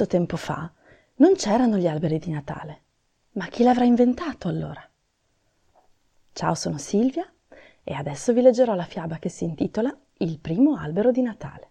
tanto tempo fa non c'erano gli alberi di Natale. Ma chi l'avrà inventato allora? Ciao, sono Silvia e adesso vi leggerò la fiaba che si intitola Il primo albero di Natale.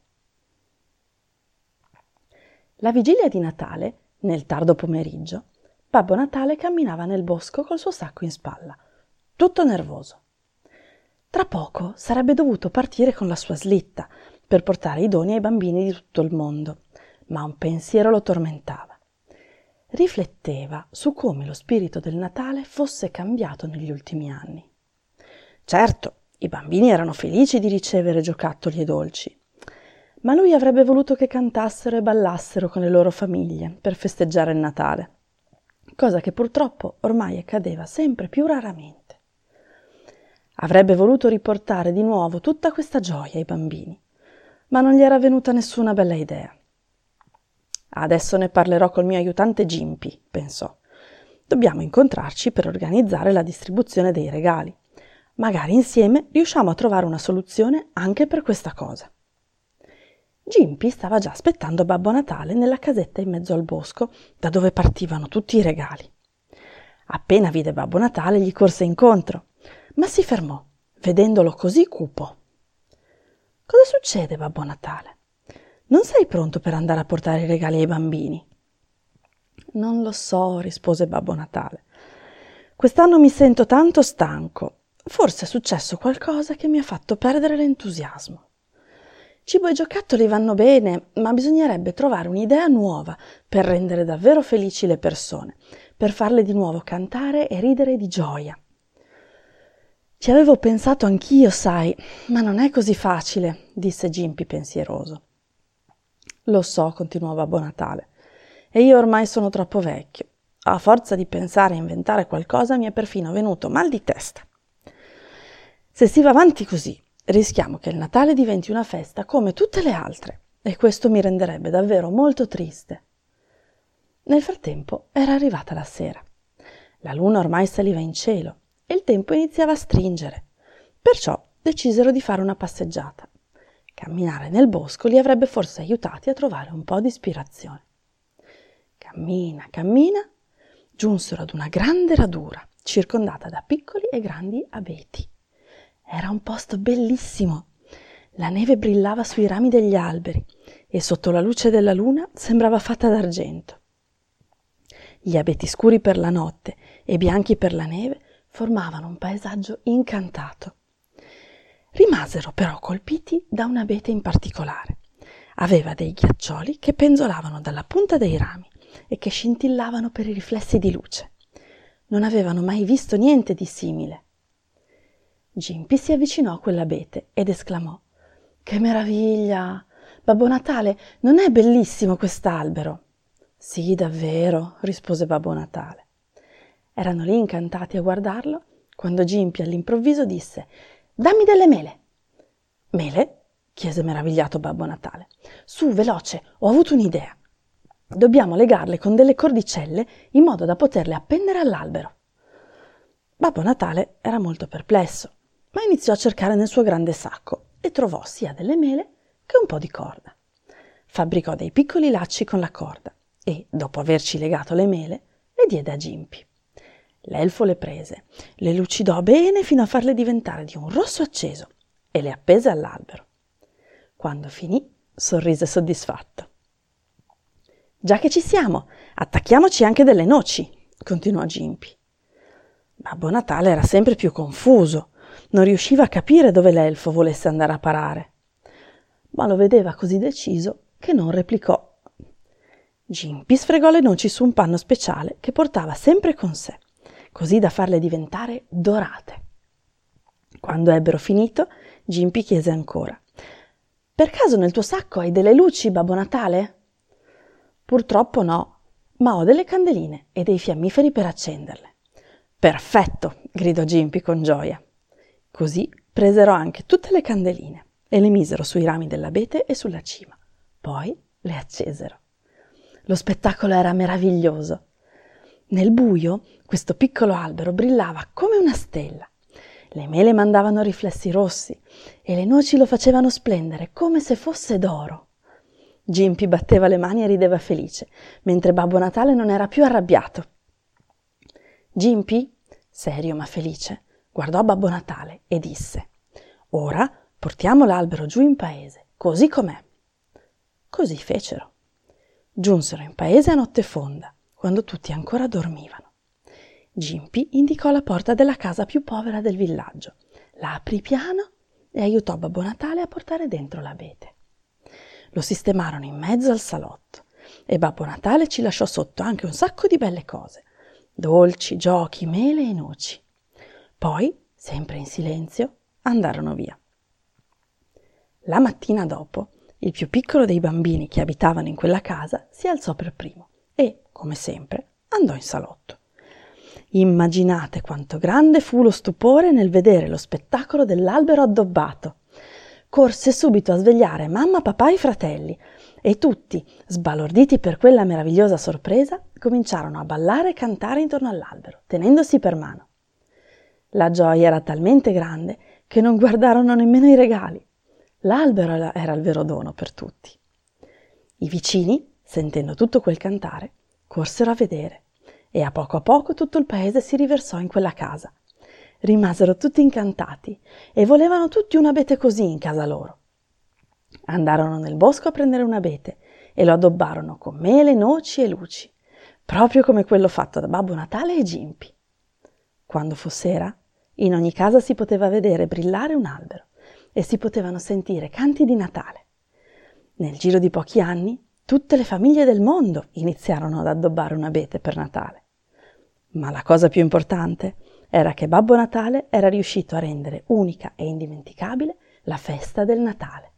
La vigilia di Natale, nel tardo pomeriggio, Babbo Natale camminava nel bosco col suo sacco in spalla, tutto nervoso. Tra poco sarebbe dovuto partire con la sua slitta per portare i doni ai bambini di tutto il mondo, ma un pensiero lo tormentava. Rifletteva su come lo spirito del Natale fosse cambiato negli ultimi anni. Certo, i bambini erano felici di ricevere giocattoli e dolci, ma lui avrebbe voluto che cantassero e ballassero con le loro famiglie per festeggiare il Natale, cosa che purtroppo ormai accadeva sempre più raramente. Avrebbe voluto riportare di nuovo tutta questa gioia ai bambini, ma non gli era venuta nessuna bella idea. Adesso ne parlerò col mio aiutante Gimpy, pensò. Dobbiamo incontrarci per organizzare la distribuzione dei regali. Magari insieme riusciamo a trovare una soluzione anche per questa cosa. Gimpy stava già aspettando Babbo Natale nella casetta in mezzo al bosco, da dove partivano tutti i regali. Appena vide Babbo Natale gli corse incontro, ma si fermò, vedendolo così cupo. «Cosa succede, Babbo Natale? Non sei pronto per andare a portare i regali ai bambini?» «Non lo so», rispose Babbo Natale. «Quest'anno mi sento tanto stanco. Forse è successo qualcosa che mi ha fatto perdere l'entusiasmo. Cibo e giocattoli vanno bene, ma bisognerebbe trovare un'idea nuova per rendere davvero felici le persone, per farle di nuovo cantare e ridere di gioia. Ci avevo pensato anch'io, sai, ma non è così facile», disse Gimpy pensieroso. «Lo so», continuò Babbo Natale, «e io ormai sono troppo vecchio. A forza di pensare e inventare qualcosa mi è perfino venuto mal di testa. Se si va avanti così, rischiamo che il Natale diventi una festa come tutte le altre, e questo mi renderebbe davvero molto triste». Nel frattempo era arrivata la sera. La luna ormai saliva in cielo e il tempo iniziava a stringere, perciò decisero di fare una passeggiata. Camminare nel bosco li avrebbe forse aiutati a trovare un po' di ispirazione. Cammina, giunsero ad una grande radura, circondata da piccoli e grandi abeti. Era un posto bellissimo. La neve brillava sui rami degli alberi e sotto la luce della luna sembrava fatta d'argento. Gli abeti scuri per la notte e bianchi per la neve formavano un paesaggio incantato. Rimasero però colpiti da un abete in particolare. Aveva dei ghiaccioli che penzolavano dalla punta dei rami e che scintillavano per i riflessi di luce. Non avevano mai visto niente di simile. Gimpy si avvicinò a quell'abete ed esclamò: «Che meraviglia! Babbo Natale, non è bellissimo quest'albero?» «Sì, davvero», rispose Babbo Natale. Erano lì incantati a guardarlo quando Gimpy all'improvviso disse: «Dammi delle mele!» «Mele?» chiese meravigliato Babbo Natale. «Su, veloce, ho avuto un'idea. Dobbiamo legarle con delle cordicelle in modo da poterle appendere all'albero». Babbo Natale era molto perplesso, ma iniziò a cercare nel suo grande sacco e trovò sia delle mele che un po' di corda. Fabbricò dei piccoli lacci con la corda e, dopo averci legato le mele, le diede a Gimpy. L'elfo le prese, le lucidò bene fino a farle diventare di un rosso acceso e le appese all'albero. Quando finì, sorrise soddisfatto. «Già che ci siamo, attacchiamoci anche delle noci», continuò Gimpy. Babbo Natale era sempre più confuso, non riusciva a capire dove l'elfo volesse andare a parare, ma lo vedeva così deciso che non replicò. Gimpy sfregò le noci su un panno speciale che portava sempre con sé, così da farle diventare dorate. Quando ebbero finito, Gimpy chiese ancora: «Per caso nel tuo sacco hai delle luci, Babbo Natale?» «Purtroppo no, ma ho delle candeline e dei fiammiferi per accenderle». «Perfetto!» gridò Gimpy con gioia. Così presero anche tutte le candeline e le misero sui rami dell'abete e sulla cima. Poi le accesero. Lo spettacolo era meraviglioso. Nel buio questo piccolo albero brillava come una stella. Le mele mandavano riflessi rossi e le noci lo facevano splendere come se fosse d'oro. Gimpy batteva le mani e rideva felice, mentre Babbo Natale non era più arrabbiato. Gimpy, serio ma felice, guardò Babbo Natale e disse: «Ora portiamo l'albero giù in paese, così com'è». Così fecero. Giunsero in paese a notte fonda, quando tutti ancora dormivano. Gimpy indicò la porta della casa più povera del villaggio, la aprì piano e aiutò Babbo Natale a portare dentro l'abete. Lo sistemarono in mezzo al salotto e Babbo Natale ci lasciò sotto anche un sacco di belle cose, dolci, giochi, mele e noci. Poi, sempre in silenzio, andarono via. La mattina dopo, il più piccolo dei bambini che abitavano in quella casa si alzò per primo e, come sempre, andò in salotto. Immaginate quanto grande fu lo stupore nel vedere lo spettacolo dell'albero addobbato. Corse subito a svegliare mamma, papà e i fratelli e tutti, sbalorditi per quella meravigliosa sorpresa, cominciarono a ballare e cantare intorno all'albero, tenendosi per mano. La gioia era talmente grande che non guardarono nemmeno i regali. L'albero era il vero dono per tutti. I vicini, sentendo tutto quel cantare, corsero a vedere e a poco tutto il paese si riversò in quella casa. Rimasero tutti incantati e volevano tutti un abete così in casa loro. Andarono nel bosco a prendere un abete e lo addobbarono con mele, noci e luci, proprio come quello fatto da Babbo Natale e Gimpy. Quando fu sera, in ogni casa si poteva vedere brillare un albero e si potevano sentire canti di Natale. Nel giro di pochi anni, tutte le famiglie del mondo iniziarono ad addobbare un abete per Natale. Ma la cosa più importante era che Babbo Natale era riuscito a rendere unica e indimenticabile la festa del Natale.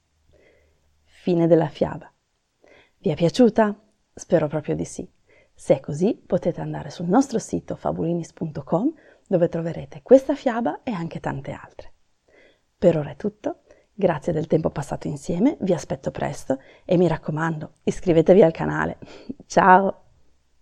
Fine della fiaba. Vi è piaciuta? Spero proprio di sì. Se è così, potete andare sul nostro sito fabulinis.com, dove troverete questa fiaba e anche tante altre. Per ora è tutto. Grazie del tempo passato insieme, vi aspetto presto e mi raccomando, iscrivetevi al canale. Ciao!